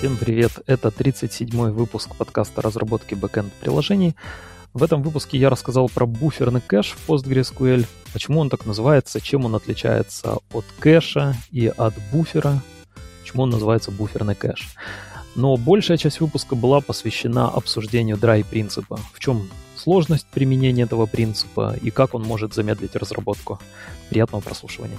Всем привет! Это 37-й выпуск подкаста разработки бэкэнд-приложений. В этом выпуске я рассказал про буферный кэш в PostgreSQL, почему он так называется, чем он отличается от кэша и от буфера, почему он называется буферный кэш. Но большая часть выпуска была посвящена обсуждению dry-принципа, в чем сложность применения этого принципа и как он может замедлить разработку. Приятного прослушивания.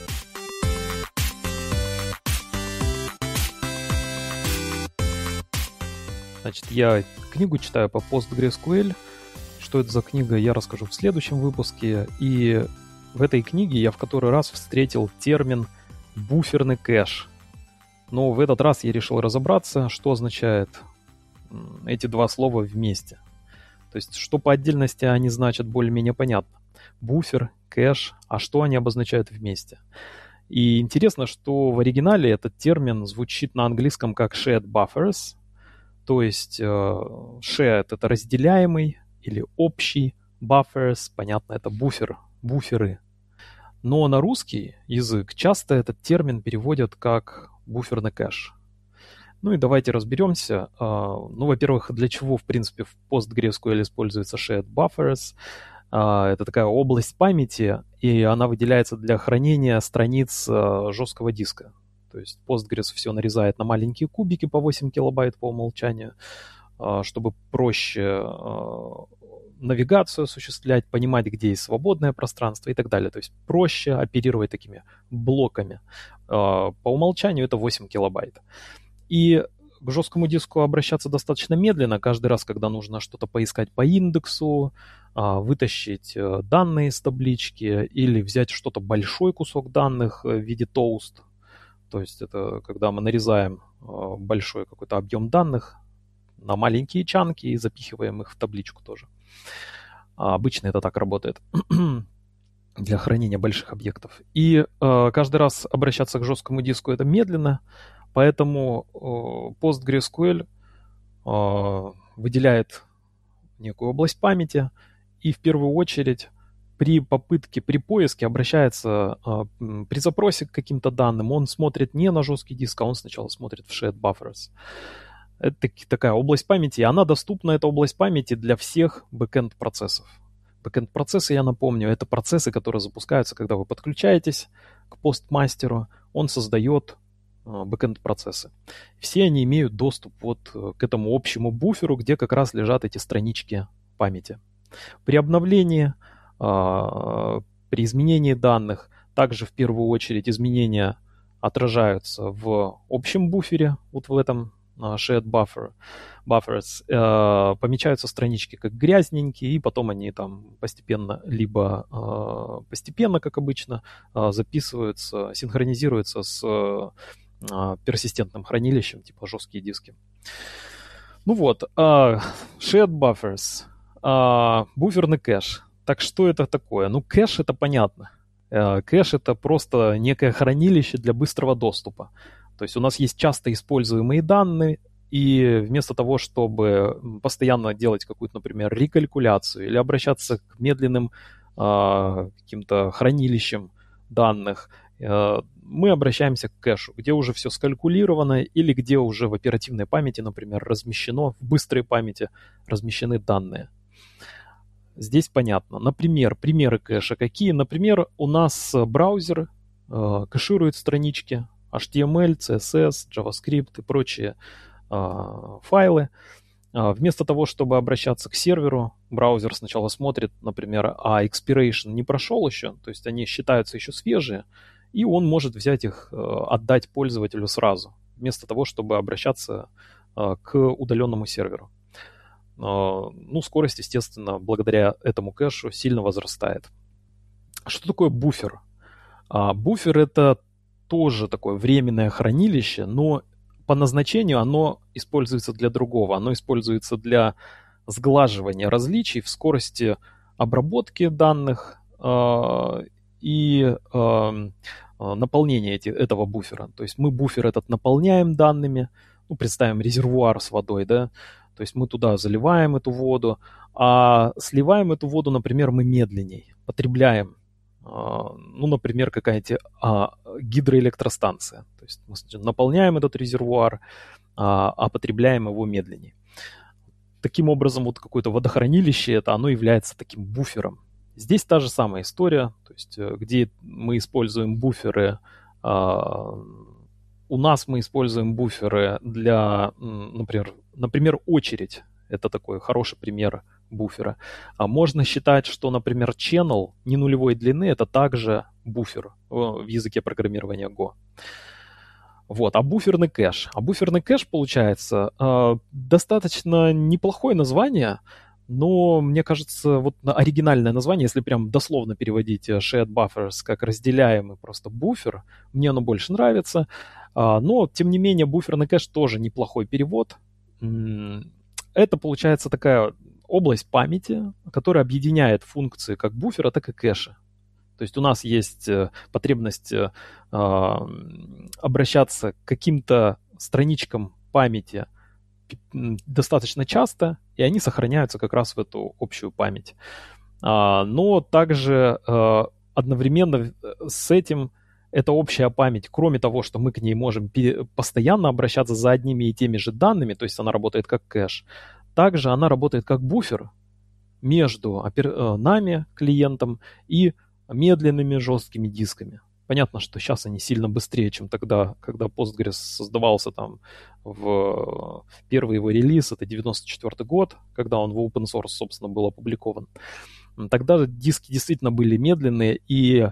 Значит, я книгу читаю по PostgreSQL. Что это за книга, я расскажу в следующем выпуске. И в этой книге я в который раз встретил термин «буферный кэш». Но в этот раз я решил разобраться, что означает эти два слова вместе. То есть, что по отдельности они значат, более-менее понятно. Буфер, кэш, а что они обозначают вместе. И интересно, что в оригинале этот термин звучит на английском как shared buffers. То есть shared — это разделяемый или общий, buffers, понятно, это буферы. Но на русский язык часто этот термин переводят как буферный кэш. Ну и давайте разберемся. Во-первых, для чего, в принципе, в PostgreSQL используется shared buffers. Это такая область памяти, и она выделяется для хранения страниц жесткого диска. То есть Postgres все нарезает на маленькие кубики по 8 килобайт по умолчанию, чтобы проще навигацию осуществлять, понимать, где есть свободное пространство и так далее. То есть проще оперировать такими блоками. По умолчанию это 8 килобайт. И к жесткому диску обращаться достаточно медленно. Каждый раз, когда нужно что-то поискать по индексу, вытащить данные из таблички или взять что-то, большой кусок данных в виде тоуст. То есть это когда мы нарезаем большой какой-то объем данных на маленькие чанки и запихиваем их в табличку тоже. Обычно это так работает для хранения больших объектов. И каждый раз обращаться к жесткому диску это медленно, поэтому PostgreSQL выделяет некую область памяти и в первую очередь при поиске обращается при запросе к каким-то данным, он смотрит не на жесткий диск, а он сначала смотрит в shared buffers. Это такая область памяти, и она доступна, эта область памяти, для всех бэкэнд-процессов. Бэкэнд-процессы, я напомню, это процессы, которые запускаются, когда вы подключаетесь к постмастеру, он создает бэкэнд-процессы. Все они имеют доступ вот к этому общему буферу, где как раз лежат эти странички памяти. При обновлении, при изменении данных, также в первую очередь изменения отражаются в общем буфере, вот в этом shared buffers, помечаются странички как грязненькие, и потом они там постепенно, как обычно, записываются, синхронизируются с персистентным хранилищем, типа жесткие диски. Ну вот, shared buffers, буферный кэш. Так что это такое? Ну, кэш это понятно. Кэш это просто некое хранилище для быстрого доступа. То есть у нас есть часто используемые данные, и вместо того, чтобы постоянно делать какую-то, например, рекалькуляцию или обращаться к медленным каким-то хранилищам данных, мы обращаемся к кэшу, где уже все скалькулировано или где уже в оперативной памяти, например, размещено, в быстрой памяти размещены данные. Здесь понятно. Например, примеры кэша какие? Например, у нас браузер кэширует странички HTML, CSS, JavaScript и прочие файлы. Вместо того, чтобы обращаться к серверу, браузер сначала смотрит, например, expiration не прошел еще, то есть они считаются еще свежие, и он может взять их, отдать пользователю сразу, вместо того, чтобы обращаться к удаленному серверу. Скорость, естественно, благодаря этому кэшу сильно возрастает. Что такое буфер? Буфер — это тоже такое временное хранилище, но по назначению оно используется для другого. Оно используется для сглаживания различий в скорости обработки данных и наполнения этого буфера. То есть мы буфер этот наполняем данными, представим резервуар с водой, да, то есть мы туда заливаем эту воду, а сливаем эту воду, например, мы медленней, потребляем. Например, какая-нибудь гидроэлектростанция. То есть мы наполняем этот резервуар, а потребляем его медленнее. Таким образом, вот какое-то водохранилище, оно является таким буфером. Здесь та же самая история, то есть где мы используем буферы, у нас мы используем буферы для, например, очередь. Это такой хороший пример буфера. Можно считать, что, например, channel не нулевой длины — это также буфер в языке программирования Go. Вот, а буферный кэш. А буферный кэш, получается, достаточно неплохое название, но, мне кажется, вот оригинальное название, если прям дословно переводить shared buffers как разделяемый просто буфер, мне оно больше нравится. Но, тем не менее, буферный кэш тоже неплохой перевод. Это, получается, такая область памяти, которая объединяет функции как буфера, так и кэша. То есть у нас есть потребность обращаться к каким-то страничкам памяти достаточно часто, и они сохраняются как раз в эту общую память. Но также одновременно с этим эта общая память, кроме того, что мы к ней можем постоянно обращаться за одними и теми же данными, то есть она работает как кэш, также она работает как буфер между нами, клиентом, и медленными жесткими дисками. Понятно, что сейчас они сильно быстрее, чем тогда, когда Postgres создавался там в первый его релиз, это 94 год, когда он в open source, собственно, был опубликован. Тогда диски действительно были медленные, и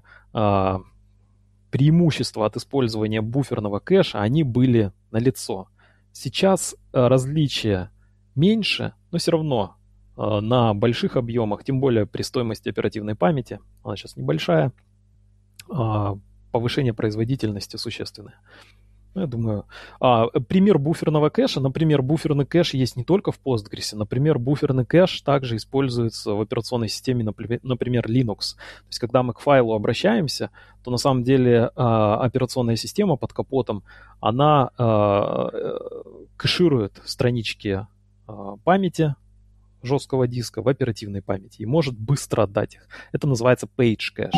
преимущества от использования буферного кэша, они были налицо. Сейчас различия меньше, но все равно на больших объемах, тем более при стоимости оперативной памяти, она сейчас небольшая, повышение производительности существенное. Я думаю, пример буферного кэша, например, буферный кэш есть не только в Postgres, например, буферный кэш также используется в операционной системе, например, Linux. То есть, когда мы к файлу обращаемся, то на самом деле операционная система под капотом, она кэширует странички памяти жесткого диска в оперативной памяти и может быстро отдать их. Это называется page cache.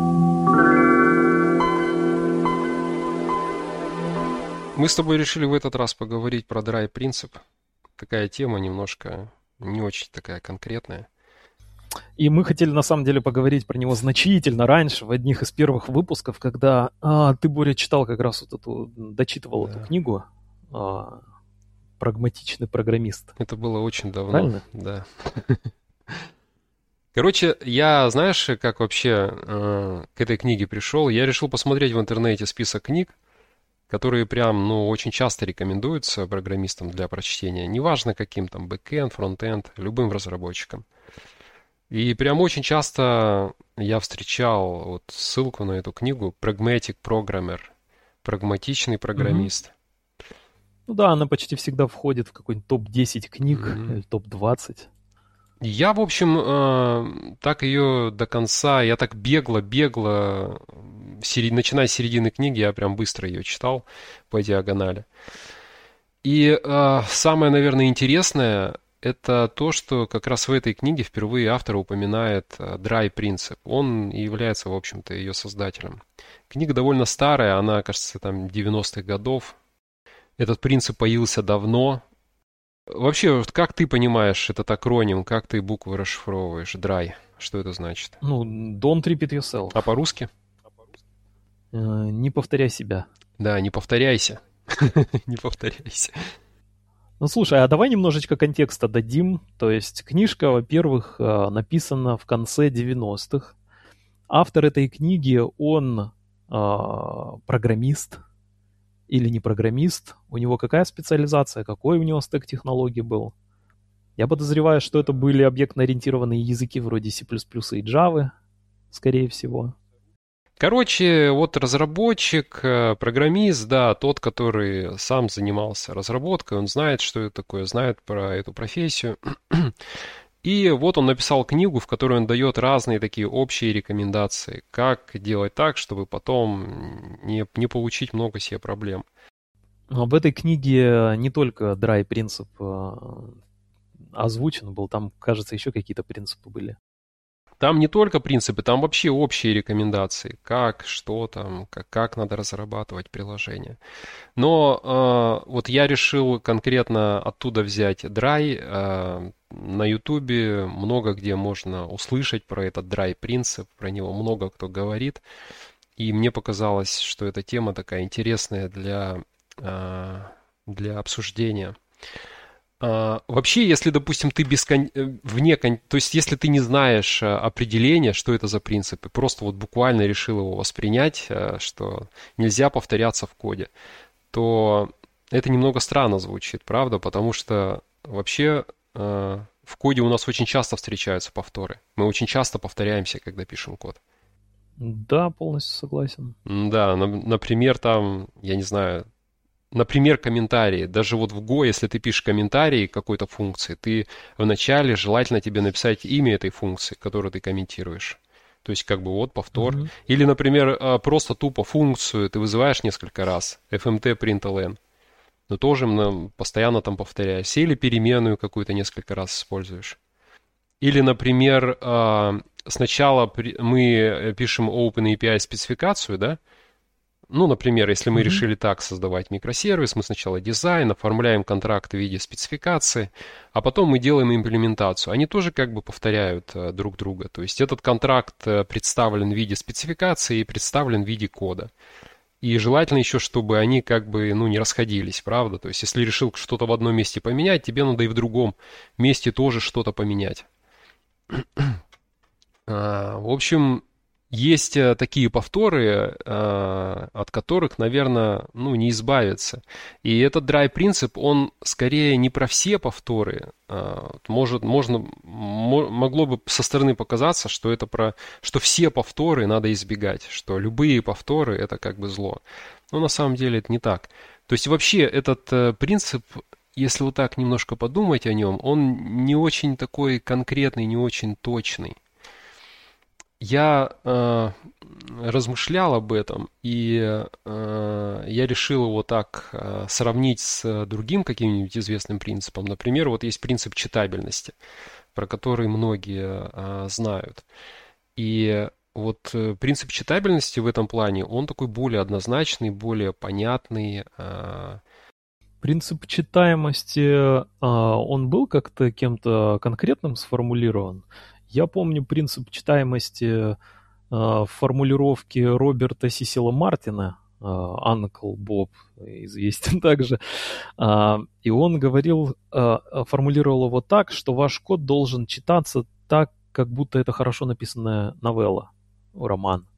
Мы с тобой решили в этот раз поговорить про Dry принцип. Такая тема немножко не очень такая конкретная. И мы хотели на самом деле поговорить про него значительно раньше, в одних из первых выпусков, когда ты, Боря, читал как раз вот эту, дочитывал эту книгу «Прагматичный программист». Это было очень давно. Правильно? Да. Короче, я, знаешь, как вообще к этой книге пришел? Я решил посмотреть в интернете список книг, которые прям, очень часто рекомендуются программистам для прочтения. Неважно каким там, бэкэнд, фронтенд, любым разработчикам. И прям очень часто я встречал вот ссылку на эту книгу «Pragmatic Programmer», «Прагматичный программист». Ну да, она почти всегда входит в какой-нибудь топ-10 книг или топ-20. Я, в общем, так ее до конца, я так бегло, начиная с середины книги, я прям быстро ее читал по диагонали. И самое, наверное, интересное, это то, что как раз в этой книге впервые автор упоминает Dry принцип. Он и является, в общем-то, ее создателем. Книга довольно старая, она, кажется, там 90-х годов. Этот принцип появился давно. Вообще, как ты понимаешь этот акроним, как ты буквы расшифровываешь? Dry. Что это значит? Don't repeat yourself. А по-русски? Не повторяй себя. Да, не повторяйся. Не повторяйся. Слушай, а давай немножечко контекста дадим. То есть книжка, во-первых, написана в конце 90-х. Автор этой книги, он программист или не программист. У него какая специализация, какой у него стек технологий был. Я подозреваю, что это были объектно-ориентированные языки вроде C++ и Java, скорее всего. Короче, вот разработчик, программист, да, тот, который сам занимался разработкой, он знает, что это такое, знает про эту профессию. И вот он написал книгу, в которой он дает разные такие общие рекомендации, как делать так, чтобы потом не получить много себе проблем. В этой книге не только Dry принцип озвучен был, там, кажется, еще какие-то принципы были. Там не только принципы, там вообще общие рекомендации, как, что там, как надо разрабатывать приложение. Но вот я решил конкретно оттуда взять Dry. На Ютубе много где можно услышать про этот Dry принцип, про него много кто говорит. И мне показалось, что эта тема такая интересная для обсуждения. Вообще, если, допустим, ты то есть если ты не знаешь определения, что это за принципы, просто вот буквально решил его воспринять, что нельзя повторяться в коде, то это немного странно звучит, правда? Потому что вообще в коде у нас очень часто встречаются повторы. Мы очень часто повторяемся, когда пишем код. Да, полностью согласен. Да, например, там, я не знаю, например, комментарии. Даже вот в Go, если ты пишешь комментарий какой-то функции, ты вначале желательно тебе написать имя этой функции, которую ты комментируешь. То есть как бы вот повтор. Мгм. Или, например, просто тупо функцию ты вызываешь несколько раз, fmt println, но тоже постоянно там повторяешься. Или переменную какую-то несколько раз используешь. Или, например, сначала мы пишем OpenAPI спецификацию, да? Ну, например, если мы Мгм. решили так создавать микросервис, мы сначала дизайн, оформляем контракт в виде спецификации, а потом мы делаем имплементацию. Они тоже как бы повторяют друг друга. То есть этот контракт представлен в виде спецификации и представлен в виде кода. И желательно еще, чтобы они как бы, ну, не расходились, правда? То есть если решил что-то в одном месте поменять, тебе надо и в другом месте тоже что-то поменять. В общем, есть такие повторы, от которых, наверное, ну, не избавиться. И этот драйв-принцип, он скорее не про все повторы. Могло бы со стороны показаться, что это что все повторы надо избегать, что любые повторы это как бы зло. Но на самом деле это не так. То есть вообще этот принцип, если вот так немножко подумать о нем, он не очень такой конкретный, не очень точный. Я размышлял об этом, и я решил его так сравнить с другим каким-нибудь известным принципом. Например, вот есть принцип читабельности, про который многие знают. И вот принцип читабельности в этом плане, он такой более однозначный, более понятный. Принцип читаемости, он был как-то кем-то конкретным сформулирован? Я помню принцип читаемости в формулировке Роберта Сисила Мартина, Uncle Bob известен также, и он формулировал его так, что ваш код должен читаться так, как будто это хорошо написанная новелла, роман.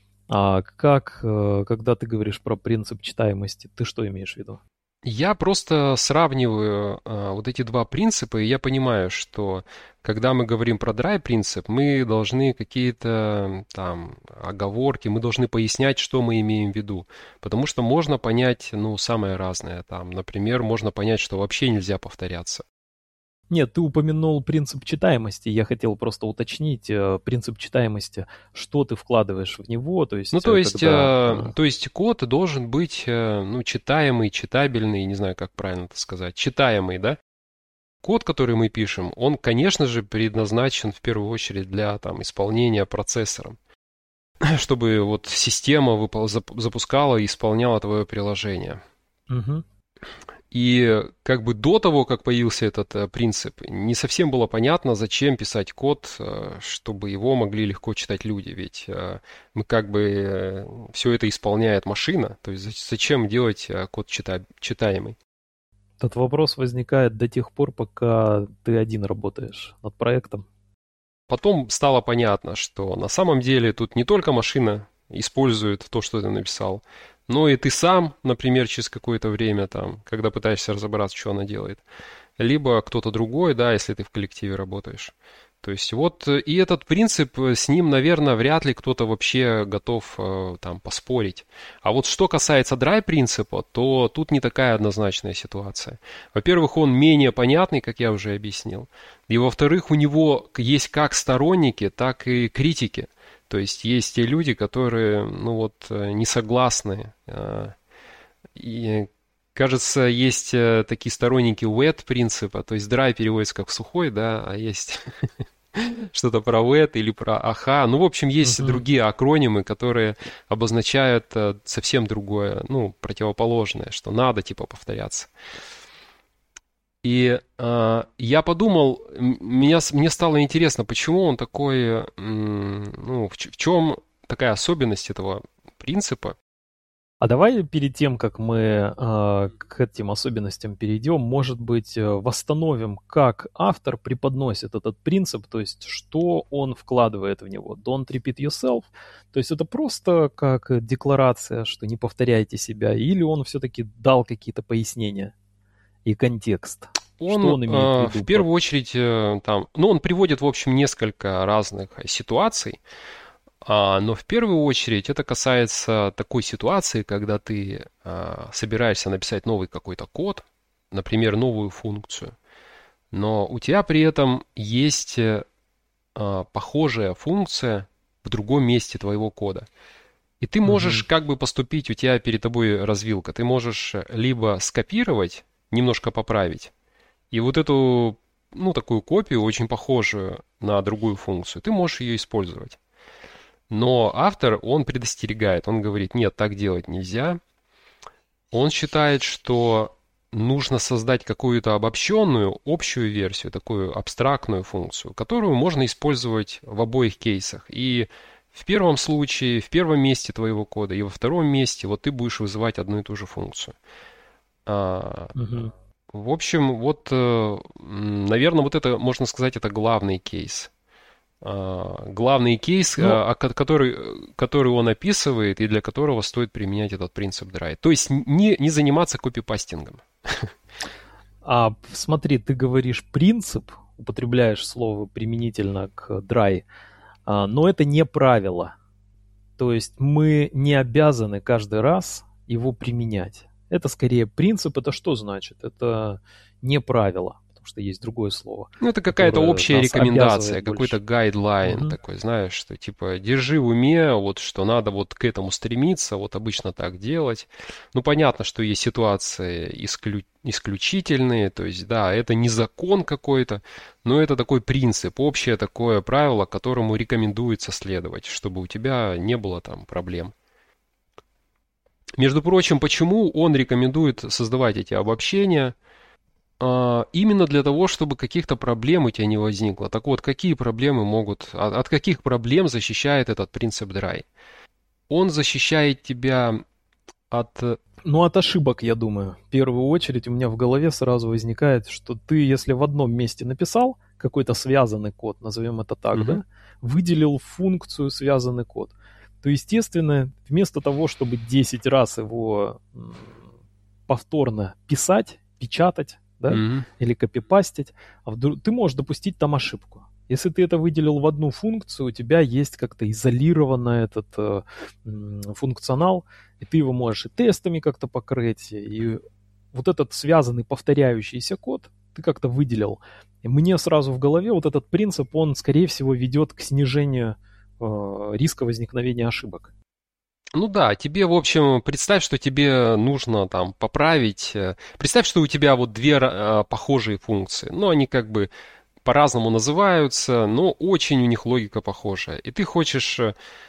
Когда ты говоришь про принцип читаемости, ты что имеешь в виду? Я просто сравниваю вот эти два принципа, и я понимаю, что когда мы говорим про драйв принцип, мы должны какие-то там оговорки, мы должны пояснять, что мы имеем в виду. Потому что можно понять, ну, самое разное. Там, например, можно понять, что вообще нельзя повторяться. Нет, ты упомянул принцип читаемости. Я хотел просто уточнить принцип читаемости. Что ты вкладываешь в него? То Ну, есть, то есть, когда... то есть код должен быть, ну, читаемый, читабельный, не знаю, как правильно это сказать, читаемый, да? Код, который мы пишем, он, конечно же, предназначен в первую очередь для там, исполнения процессором, чтобы вот система запускала и исполняла твое приложение. Мгм. И как бы до того, как появился этот принцип, не совсем было понятно, зачем писать код, чтобы его могли легко читать люди. Ведь мы как бы все это исполняет машина, то есть зачем делать код читаемый? Этот вопрос возникает до тех пор, пока ты один работаешь над проектом. Потом стало понятно, что на самом деле тут не только машина использует то, что ты написал, но и ты сам, например, через какое-то время, там, когда пытаешься разобраться, что она делает. Либо кто-то другой, да, если ты в коллективе работаешь. То есть вот и этот принцип, с ним, наверное, вряд ли кто-то вообще готов там поспорить. А вот что касается драйв принципа, то тут не такая однозначная ситуация. Во-первых, он менее понятный, как я уже объяснил. И во-вторых, у него есть как сторонники, так и критики. То есть есть те люди, которые, ну вот, не согласны. И кажется, есть такие сторонники wet принципа, то есть dry переводится как сухой, да, а есть что-то про wet или про aha. Ну, в общем, есть Мгм. другие акронимы, которые обозначают совсем другое, ну, противоположное, что надо, типа, повторяться. И я подумал, мне стало интересно, почему он такой, ну, в чем такая особенность этого принципа. А давай перед тем, как мы к этим особенностям перейдем, может быть, восстановим, как автор преподносит этот принцип, то есть что он вкладывает в него. Don't repeat yourself. То есть это просто как декларация, что не повторяйте себя, или он все-таки дал какие-то пояснения и контекст, что Он он имеет в в виду первую очередь там, ну, он приводит, в общем, несколько разных ситуаций. Но в первую очередь это касается такой ситуации, когда ты собираешься написать новый какой-то код, например, новую функцию, но у тебя при этом есть похожая функция в другом месте твоего кода. И ты можешь Мгм. как бы поступить, у тебя перед тобой развилка, ты можешь либо скопировать, немножко поправить, и вот эту, ну, такую копию, очень похожую на другую функцию, ты можешь ее использовать. Но автор, он предостерегает, он говорит, нет, так делать нельзя. Он считает, что нужно создать какую-то обобщенную, общую версию, такую абстрактную функцию, которую можно использовать в обоих кейсах. И в первом случае, в первом месте твоего кода, и во втором месте, вот ты будешь вызывать одну и ту же функцию. А, Мгм. В общем, вот, наверное, вот это, можно сказать, это главный кейс. Главный кейс, Ну, который он описывает и для которого стоит применять этот принцип драй. То есть не заниматься копипастингом. смотри, ты говоришь принцип, употребляешь слово применительно к dry, но это не правило. То есть мы не обязаны каждый раз его применять. Это скорее принцип. Это что значит? Это не правило, потому что есть другое слово, Ну, это какая-то которое общая нас обязывает рекомендация, какой-то больше. гайдлайн Мгм. такой, знаешь, что типа держи в уме, вот что надо вот к этому стремиться, вот обычно так делать. Ну, понятно, что есть ситуации исключительные, то есть, да, это не закон какой-то, но это такой принцип, общее такое правило, которому рекомендуется следовать, чтобы у тебя не было там проблем. Между прочим, почему он рекомендует создавать эти обобщения? Именно для того, чтобы каких-то проблем у тебя не возникло. Так вот, какие проблемы могут... От каких проблем защищает этот принцип Драй? Он защищает тебя от... Ну, от ошибок, я думаю. В первую очередь у меня в голове сразу возникает, что ты, если в одном месте написал какой-то связанный код, назовем это так, Мгм. да, выделил функцию связанный код, то, естественно, вместо того, чтобы 10 раз его повторно писать, печатать, да, Мгм. или копипастить, ты можешь допустить там ошибку. Если ты это выделил в одну функцию, у тебя есть как-то изолированно этот функционал, и ты его можешь и тестами как-то покрыть, и вот этот связанный повторяющийся код ты как-то выделил. И мне сразу в голове вот этот принцип, он, скорее всего, ведет к снижению риска возникновения ошибок. Ну да, тебе, в общем, представь, что тебе нужно там поправить. Представь, что у тебя вот две похожие функции. Но они как бы по-разному называются, но очень у них логика похожая. И ты хочешь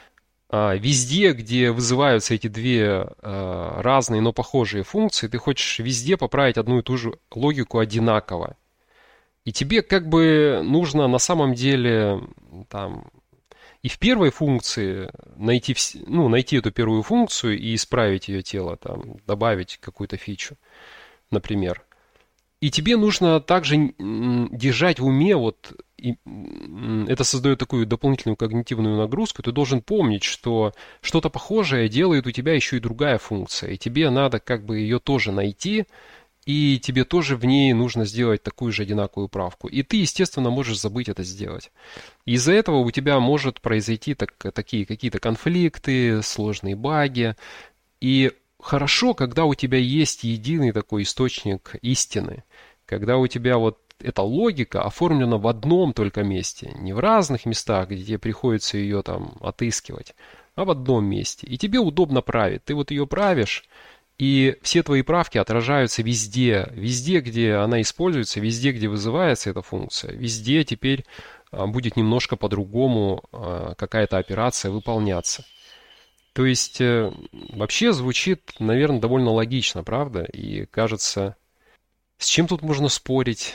везде, где вызываются эти две разные, но похожие функции, ты хочешь везде поправить одну и ту же логику одинаково. И тебе как бы нужно на самом деле там и в первой функции найти, ну, найти эту первую функцию и исправить ее тело, там, добавить какую-то фичу, например. И тебе нужно также держать в уме, вот, это создает такую дополнительную когнитивную нагрузку, ты должен помнить, что что-то похожее делает у тебя еще и другая функция, и тебе надо как бы ее тоже найти, и тебе тоже в ней нужно сделать такую же одинаковую правку. И ты, естественно, можешь забыть это сделать. Из-за этого у тебя может произойти такие какие-то конфликты, сложные баги, и хорошо, когда у тебя есть единый такой источник истины, когда у тебя вот эта логика оформлена в одном только месте, не в разных местах, где тебе приходится ее там отыскивать, а в одном месте. И тебе удобно править. Ты вот ее правишь, и все твои правки отражаются везде, везде, где она используется, везде, где вызывается эта функция, везде теперь будет немножко по-другому какая-то операция выполняться. То есть вообще звучит, наверное, довольно логично, правда? И кажется, с чем тут можно спорить?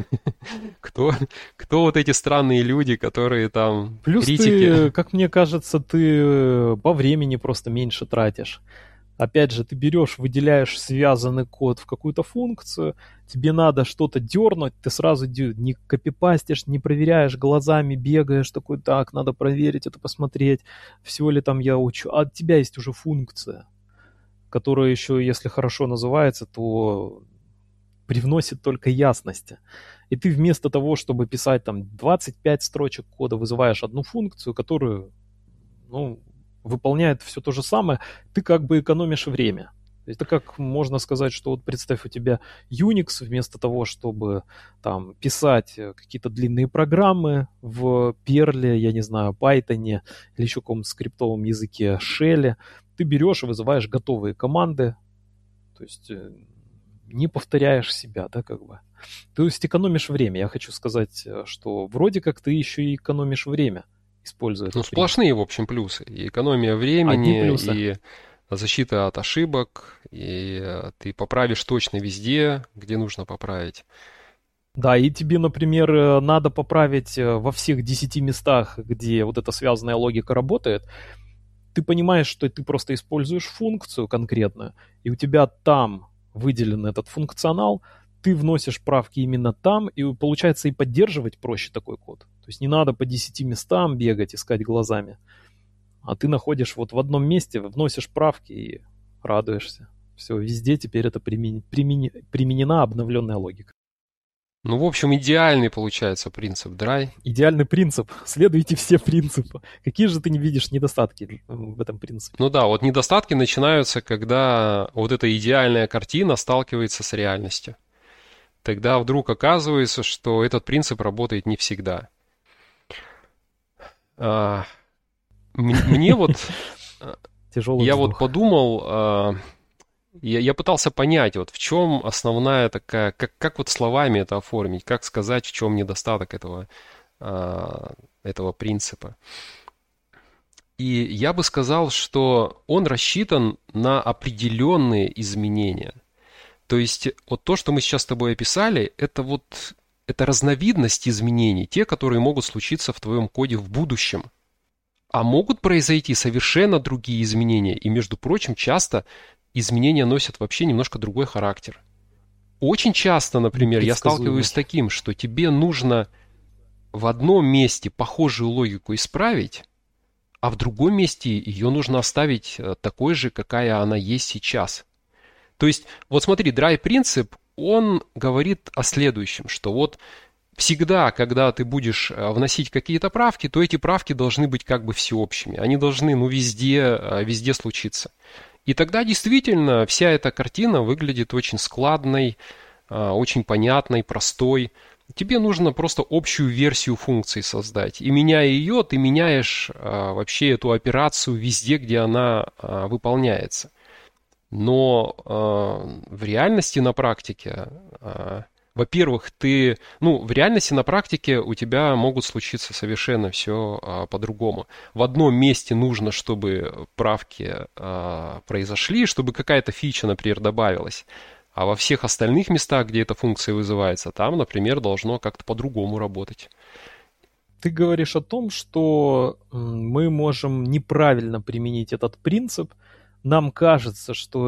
Кто вот эти странные люди, которые там Плюс критики? ты, как мне кажется, ты по времени просто меньше тратишь. Опять же, ты берешь, выделяешь связанный код в какую-то функцию, тебе надо что-то дернуть, ты сразу не копипастишь, не проверяешь глазами, бегаешь, такой, так, надо проверить это, посмотреть, все ли там я учу. А от тебя есть уже функция, которая еще, если хорошо называется, то привносит только ясности. И ты вместо того, чтобы писать там 25 строчек кода, вызываешь одну функцию, которую, ну, выполняет все то же самое, ты как бы экономишь время. Это как можно сказать, что вот представь, у тебя Unix, вместо того, чтобы там писать какие-то длинные программы в Perl, я не знаю, Python или еще каком-то скриптовом языке Shell, ты берешь и вызываешь готовые команды, то есть не повторяешь себя, да, как бы. То есть экономишь время. Я хочу сказать, что вроде как ты еще и экономишь время, используя Ну, этот принцип. сплошные, в общем, плюсы. И экономия Одни времени, плюсы. и защита от ошибок, и ты поправишь точно везде, где нужно поправить. Да, и тебе, например, надо поправить во всех 10 местах, где вот эта связанная логика работает. Ты понимаешь, что ты просто используешь функцию конкретную, и у тебя там выделен этот функционал, ты вносишь правки именно там, и получается и поддерживать проще такой код. То есть не надо по 10 местам бегать, искать глазами, а ты находишь вот в одном месте, вносишь правки и радуешься. Все, везде теперь это применена обновленная логика. Ну, в общем, идеальный получается принцип Dry. Идеальный принцип. Следуйте все принципы. Какие же ты не видишь недостатки в этом принципе? Ну да, вот недостатки начинаются, когда вот эта идеальная картина сталкивается с реальностью. Тогда вдруг оказывается, что этот принцип работает не всегда. А, Мне вот, Тяжелый я вот вздох. подумал, я пытался понять, вот в чем основная такая, как вот словами это оформить, как сказать, в чем недостаток этого принципа. И я бы сказал, что он рассчитан на определенные изменения. То есть вот то, что мы сейчас с тобой описали, это разновидность изменений, те, которые могут случиться в твоем коде в будущем. А могут произойти совершенно другие изменения. И, между прочим, часто изменения носят вообще немножко другой характер. Очень часто, например, я сталкиваюсь Непредсказуемый. с таким, что тебе нужно в одном месте похожую логику исправить, а в другом месте ее нужно оставить такой же, какая она есть сейчас. То есть, вот смотри, Dry принцип, он говорит о следующем, что вот всегда, когда ты будешь вносить какие-то правки, то эти правки должны быть как бы всеобщими. Они должны, ну, везде случиться. И тогда действительно вся эта картина выглядит очень складной, очень понятной, простой. Тебе нужно просто общую версию функции создать. И меняя ее, ты меняешь вообще эту операцию везде, где она выполняется. Но в реальности на практике, во-первых, в реальности на практике у тебя могут случиться совершенно все по-другому. В одном месте нужно, чтобы правки произошли, чтобы какая-то фича, например, добавилась. А во всех остальных местах, где эта функция вызывается, там, например, должно как-то по-другому работать. Ты говоришь о том, что мы можем неправильно применить этот принцип. Нам кажется, что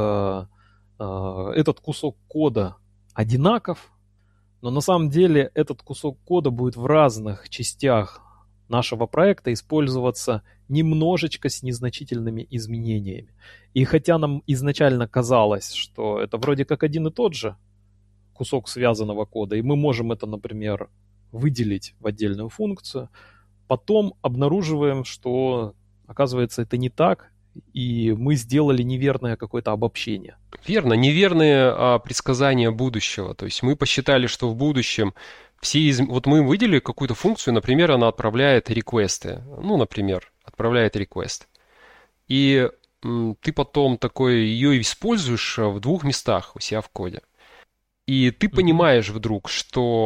этот кусок кода одинаков, но на самом деле этот кусок кода будет в разных частях нашего проекта использоваться немножечко с незначительными изменениями. И хотя нам изначально казалось, что это вроде как один и тот же кусок связанного кода, и мы можем это, например, выделить в отдельную функцию, потом обнаруживаем, что, оказывается, это не так, и мы сделали неверное какое-то обобщение. Верно, неверные предсказания будущего. То есть мы посчитали, что в будущем вот мы выделили какую-то функцию, например, она отправляет реквесты. Ну, например, отправляет реквест. И ты потом такой ее используешь в двух местах у себя в коде. И ты понимаешь вдруг, что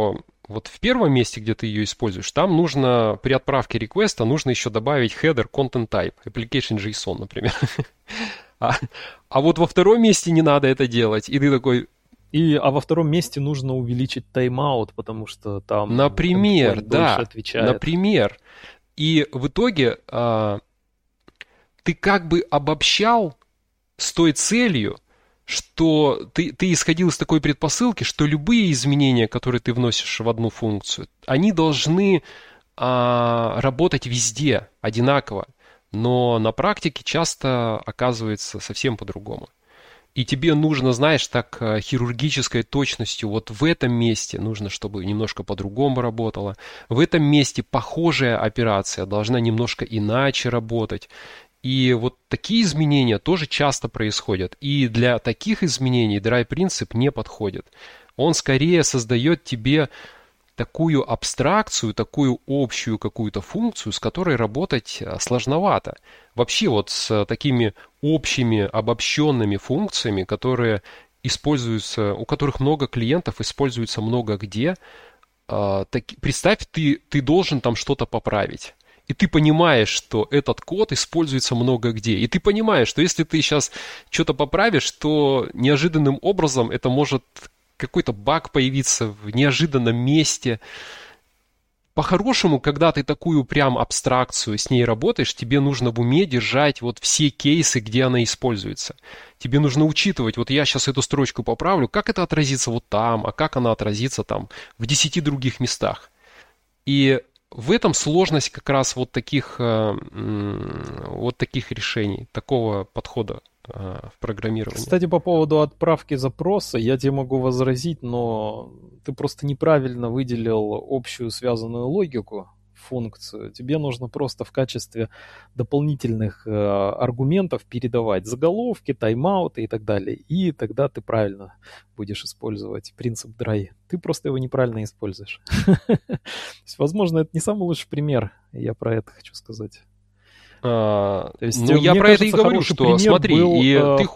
вот в первом месте, где ты ее используешь, там нужно при отправке реквеста нужно еще добавить header content type, application JSON, например. А, а вот во втором месте не надо это делать. И ты такой... А во втором месте нужно увеличить тайм-аут, потому что там Например, endpoint дольше да, отвечает. например. И в итоге ты как бы обобщал с той целью, что ты исходил из такой предпосылки, что любые изменения, которые ты вносишь в одну функцию, они должны работать везде одинаково. Но на практике часто оказывается совсем по-другому. И тебе нужно, знаешь, так хирургической точностью, вот в этом месте нужно, чтобы немножко по-другому работало. В этом месте похожая операция должна немножко иначе работать. И вот такие изменения тоже часто происходят. И для таких изменений драйв-принцип не подходит. Он скорее создает тебе такую абстракцию, такую общую какую-то функцию, с которой работать сложновато. Вообще вот с такими общими, обобщенными функциями, которые используются, у которых много клиентов, используются много где, представь, ты должен там что-то поправить. И ты понимаешь, что этот код используется много где. И ты понимаешь, что если ты сейчас что-то поправишь, то неожиданным образом это может какой-то баг появиться в неожиданном месте. По-хорошему, когда ты такую прям абстракцию с ней работаешь, тебе нужно в уме держать вот все кейсы, где она используется. Тебе нужно учитывать, вот я сейчас эту строчку поправлю, как это отразится вот там, а как она отразится там в 10 других местах. И в этом сложность как раз вот таких решений, такого подхода в программировании. Кстати, по поводу отправки запроса, я тебе могу возразить, но ты просто неправильно выделил общую связанную логику, функцию. Тебе нужно просто в качестве дополнительных аргументов передавать заголовки, тайм-ауты и так далее. И тогда ты правильно будешь использовать принцип dry. Ты просто его неправильно используешь. Возможно, это не самый лучший пример. Я про это хочу сказать. Ну, я про это и говорю, что смотри, и ты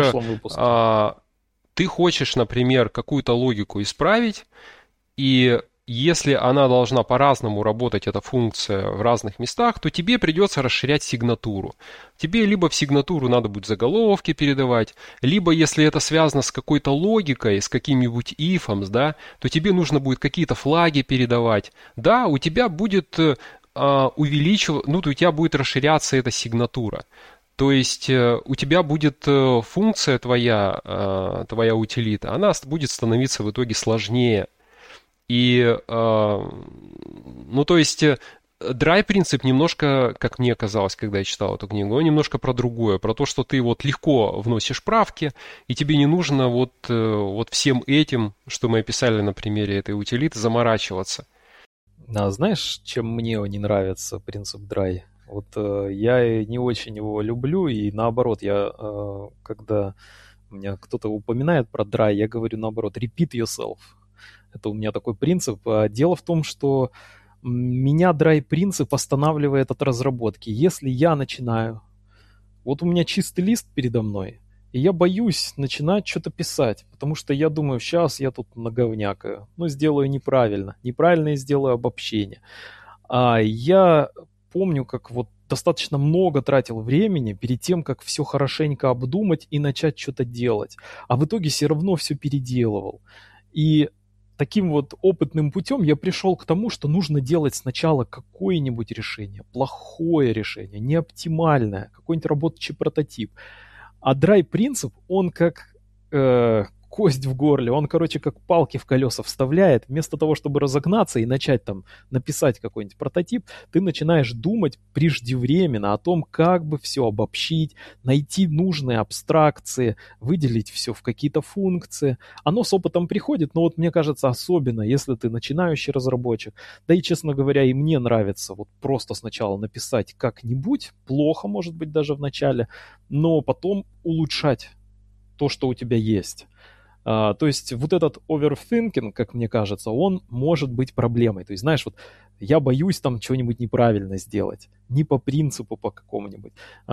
хочешь, например, какую-то логику исправить, и если она должна по-разному работать, эта функция, в разных местах, то тебе придется расширять сигнатуру. Тебе либо в сигнатуру надо будет заголовки передавать, либо если это связано с какой-то логикой, с каким-нибудь ифом, да, то тебе нужно будет какие-то флаги передавать. Да, у тебя будет у тебя будет расширяться эта сигнатура. То есть у тебя будет функция твоя утилита, она будет становиться в итоге сложнее. И, dry принцип немножко, как мне казалось, когда я читал эту книгу, он немножко про другое, про то, что ты вот легко вносишь правки, и тебе не нужно вот всем этим, что мы описали на примере этой утилиты, заморачиваться. А знаешь, чем мне не нравится принцип dry? Вот я не очень его люблю, и наоборот, когда меня кто-то упоминает про dry, я говорю наоборот, repeat yourself. Это у меня такой принцип. Дело в том, что меня dry принцип останавливает от разработки. Если я начинаю, вот у меня чистый лист передо мной, и я боюсь начинать что-то писать, потому что я думаю, сейчас я тут наговнякаю, сделаю неправильно я сделаю обобщение. А я помню, как вот достаточно много тратил времени перед тем, как все хорошенько обдумать и начать что-то делать. А в итоге все равно все переделывал. И таким вот опытным путем я пришел к тому, что нужно делать сначала какое-нибудь решение, плохое решение, неоптимальное, какой-нибудь рабочий прототип. А dry принцип, он как кость в горле, он, как палки в колеса вставляет. Вместо того, чтобы разогнаться и начать там написать какой-нибудь прототип, ты начинаешь думать преждевременно о том, как бы все обобщить, найти нужные абстракции, выделить все в какие-то функции. Оно с опытом приходит, но вот мне кажется, особенно если ты начинающий разработчик, да и, честно говоря, и мне нравится вот просто сначала написать как-нибудь, плохо, может быть, даже в начале, но потом улучшать то, что у тебя есть. То есть вот этот overthinking, как мне кажется, он может быть проблемой. То есть, знаешь, вот я боюсь там что-нибудь неправильно сделать, не по принципу по какому-нибудь.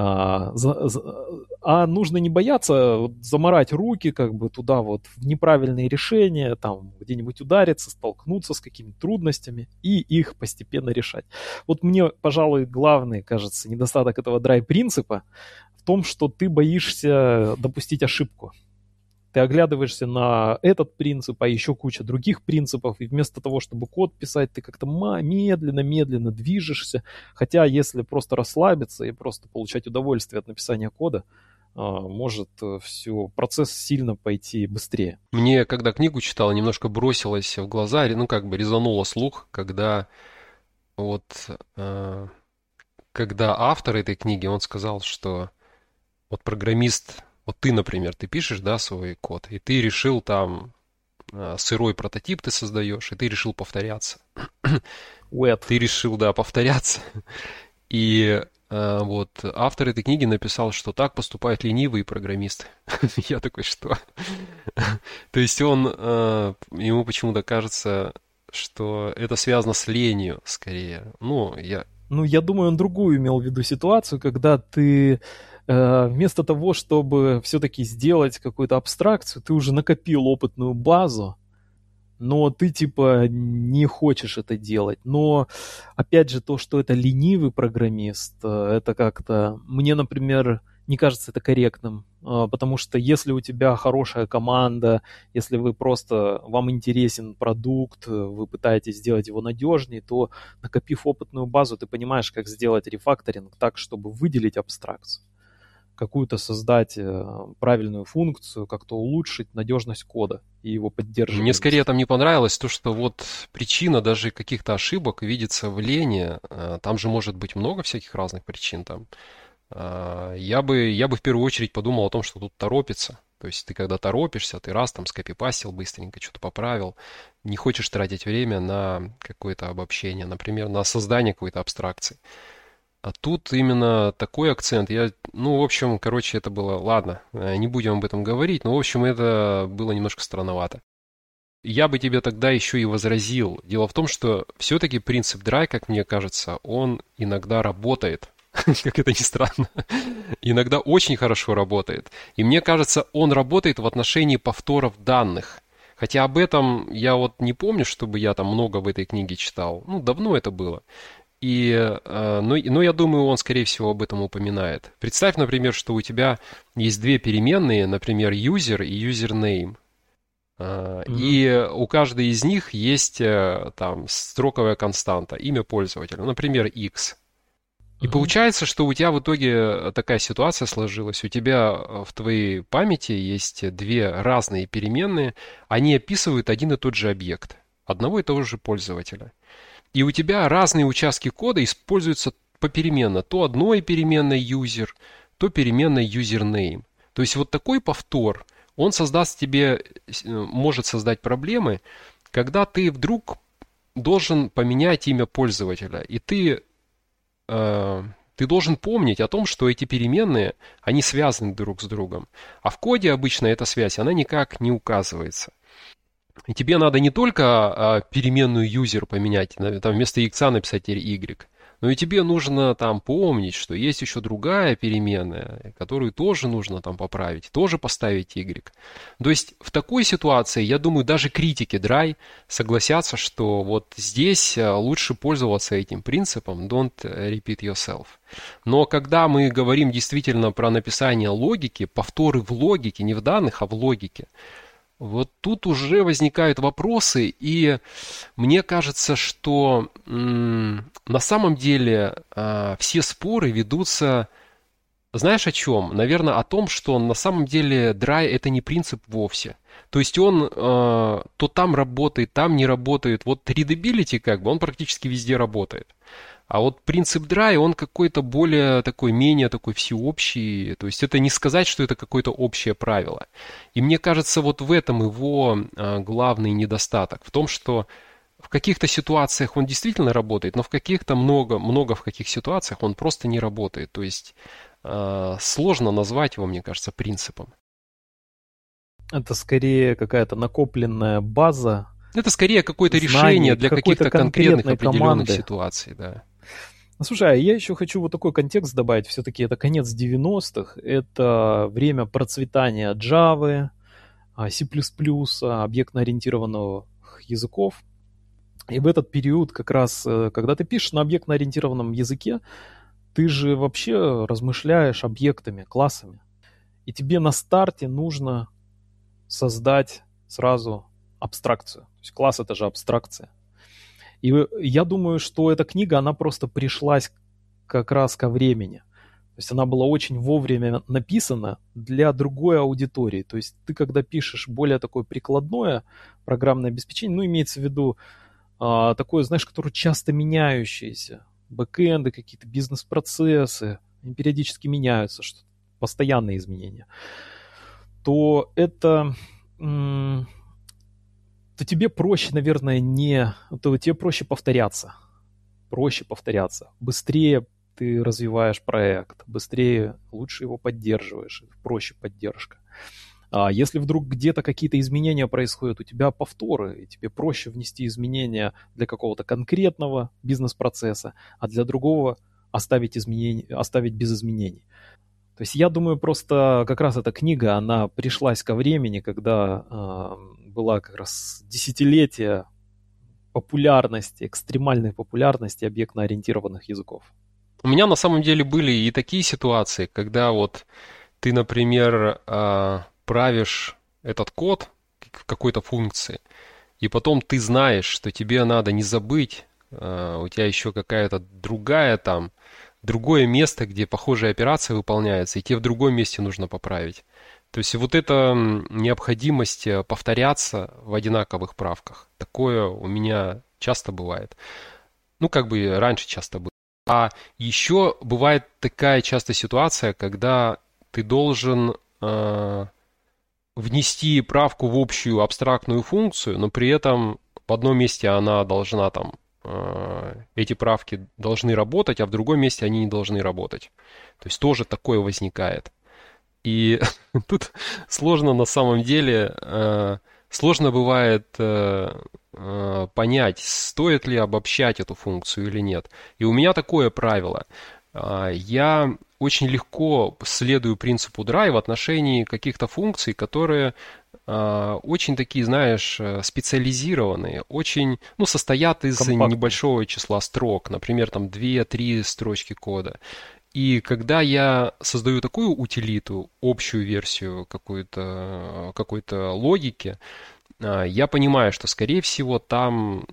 А нужно не бояться вот заморать руки как бы туда вот в неправильные решения, там где-нибудь удариться, столкнуться с какими-то трудностями и их постепенно решать. Вот мне, пожалуй, главный, кажется, недостаток этого драйв-принципа в том, что ты боишься допустить ошибку. Ты оглядываешься на этот принцип, а еще куча других принципов, и вместо того, чтобы код писать, ты как-то медленно-медленно движешься. Хотя, если просто расслабиться и просто получать удовольствие от написания кода, может все, процесс сильно пойти быстрее. Мне, когда книгу читал, немножко бросилось в глаза, ну как бы резануло слух, когда вот когда автор этой книги, он сказал, что вот программист, вот ты, например, ты пишешь, да, свой код, и ты решил там сырой прототип ты создаешь, и ты решил повторяться. Ты решил, да, повторяться. И вот автор этой книги написал, что так поступают ленивые программисты. Я такой, что? То есть ему почему-то кажется, что это связано с ленью скорее. Я думаю, он другую имел в виду ситуацию, когда ты вместо того, чтобы все-таки сделать какую-то абстракцию, ты уже накопил опытную базу, но ты типа не хочешь это делать. Но опять же то, что это ленивый программист, это как-то мне, например, не кажется это корректным, потому что если у тебя хорошая команда, если вам интересен продукт, вы пытаетесь сделать его надежнее, то накопив опытную базу, ты понимаешь, как сделать рефакторинг так, чтобы выделить абстракцию, какую-то создать правильную функцию, как-то улучшить надежность кода и его поддерживаемость. Мне скорее там не понравилось то, что вот причина даже каких-то ошибок видится в лени. Там же может быть много всяких разных причин там. Я бы в первую очередь подумал о том, что тут торопится. То есть ты когда торопишься, ты раз там скопипастил быстренько, что-то поправил, не хочешь тратить время на какое-то обобщение, например, на создание какой-то абстракции. А тут именно такой акцент. В общем, короче, это было... Ладно, не будем об этом говорить, но, в общем, это было немножко странновато. Я бы тебе тогда еще и возразил. Дело в том, что все-таки принцип Dry, как мне кажется, он иногда работает. Как это ни странно. Иногда очень хорошо работает. И мне кажется, он работает в отношении повторов данных. Хотя об этом я вот не помню, чтобы я там много в этой книге читал. Давно это было. Но я думаю, он, скорее всего, об этом упоминает. Представь, например, что у тебя есть две переменные, например, user и username. И у каждой из них есть там строковая константа, имя пользователя, например, x. И получается, что у тебя в итоге такая ситуация сложилась. У тебя в твоей памяти есть две разные переменные, они описывают один и тот же объект, одного и того же пользователя. И у тебя разные участки кода используются попеременно. То одной переменной user, то переменной username. То есть вот такой повтор, он может создать проблемы, когда ты вдруг должен поменять имя пользователя. И ты должен помнить о том, что эти переменные, они связаны друг с другом. А в коде обычно эта связь, она никак не указывается. И тебе надо не только переменную user поменять, там вместо x написать y, но и тебе нужно там помнить, что есть еще другая переменная, которую тоже нужно там поправить, тоже поставить y. То есть в такой ситуации, я думаю, даже критики Dry согласятся, что вот здесь лучше пользоваться этим принципом don't repeat yourself. Но когда мы говорим действительно про написание логики, повторы в логике, не в данных, а в логике, вот тут уже возникают вопросы, и мне кажется, что на самом деле все споры ведутся, знаешь о чем? Наверное, о том, что на самом деле Dry это не принцип вовсе. То есть он то там работает, там не работает. Вот readability он практически везде работает. А вот принцип Dry, он какой-то менее такой всеобщий. То есть это не сказать, что это какое-то общее правило. И мне кажется, вот в этом его главный недостаток. В том, что в каких-то ситуациях он действительно работает, но в каких-то много в каких ситуациях он просто не работает. То есть сложно назвать его, мне кажется, принципом. Это скорее какая-то накопленная база Это скорее какое-то знаний решение для какой-то каких-то конкретных конкретной определенных команды. ситуаций, да. Слушай, а я еще хочу вот такой контекст добавить. Все-таки это конец 90-х, это время процветания Java, C++, объектно-ориентированных языков. И в этот период как раз, когда ты пишешь на объектно-ориентированном языке, ты же вообще размышляешь объектами, классами. И тебе на старте нужно создать сразу абстракцию. То есть класс — это же абстракция. И я думаю, что эта книга, она просто пришлась как раз ко времени. То есть она была очень вовремя написана для другой аудитории. То есть ты, когда пишешь более такое прикладное программное обеспечение, ну, имеется в виду такое, знаешь, которое часто меняющееся, бэкэнды, какие-то бизнес-процессы, они периодически меняются, что постоянные изменения, то это... то тебе проще, наверное, то тебе проще повторяться. Проще повторяться. Быстрее ты развиваешь проект, быстрее, лучше его поддерживаешь, проще поддержка. А если вдруг где-то какие-то изменения происходят, у тебя повторы, и тебе проще внести изменения для какого-то конкретного бизнес-процесса, а для другого оставить без изменений. То есть я думаю, просто как раз эта книга, она пришлась ко времени, когда была как раз десятилетие популярности, экстремальной популярности объектно-ориентированных языков. У меня на самом деле были и такие ситуации, когда вот ты, например, правишь этот код в какой-то функции, и потом ты знаешь, что тебе надо не забыть, у тебя еще какая-то другое место, где похожая операция выполняется, и тебе в другом месте нужно поправить. То есть вот эта необходимость повторяться в одинаковых правках, такое у меня часто бывает. Ну, как бы раньше часто было. А еще бывает такая частая ситуация, когда ты должен внести правку в общую абстрактную функцию, но при этом в одном месте она должна эти правки должны работать, а в другом месте они не должны работать. То есть тоже такое возникает. И тут сложно на самом деле, сложно бывает понять, стоит ли обобщать эту функцию или нет. И у меня такое правило. Я очень легко следую принципу DRY в отношении каких-то функций, которые очень такие, знаешь, специализированные, очень, ну, состоят из небольшого числа строк, например, там 2-3 строчки кода. И когда я создаю такую утилиту, общую версию какой-то логики, я понимаю, что, скорее всего, там,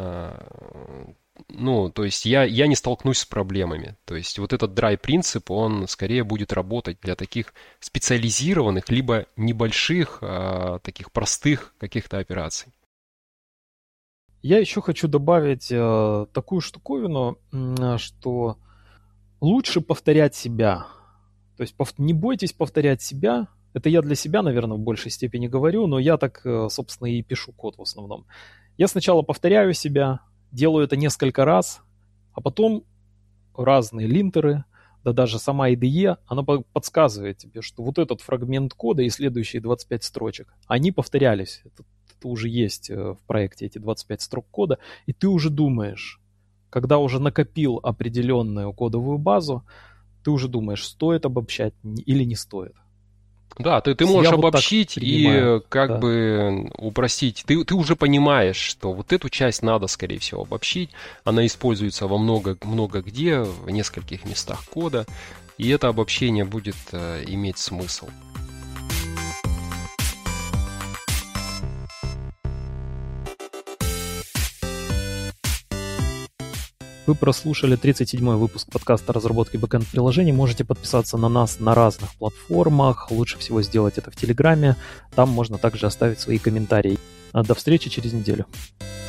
ну, то есть я не столкнусь с проблемами. То есть вот этот DRY принцип, он скорее будет работать для таких специализированных, либо небольших, таких простых каких-то операций. Я еще хочу добавить такую штуковину, что лучше повторять себя. То есть не бойтесь повторять себя. Это я для себя, наверное, в большей степени говорю, но я так, собственно, и пишу код в основном. Я сначала повторяю себя, делаю это несколько раз, а потом разные линтеры, да даже сама IDE, она подсказывает тебе, что вот этот фрагмент кода и следующие 25 строчек, они повторялись. Это уже есть в проекте, эти 25 строк кода, и ты уже думаешь, когда уже накопил определенную кодовую базу, ты уже думаешь, стоит обобщать или не стоит. Да, ты можешь обобщить и как бы упростить. Ты уже понимаешь, что вот эту часть надо, скорее всего, обобщить. Она используется во много где, в нескольких местах кода. И это обобщение будет иметь смысл. Вы прослушали 37-й выпуск подкаста разработки бэкэнд-приложений. Можете подписаться на нас на разных платформах. Лучше всего сделать это в Телеграме. Там можно также оставить свои комментарии. До встречи через неделю.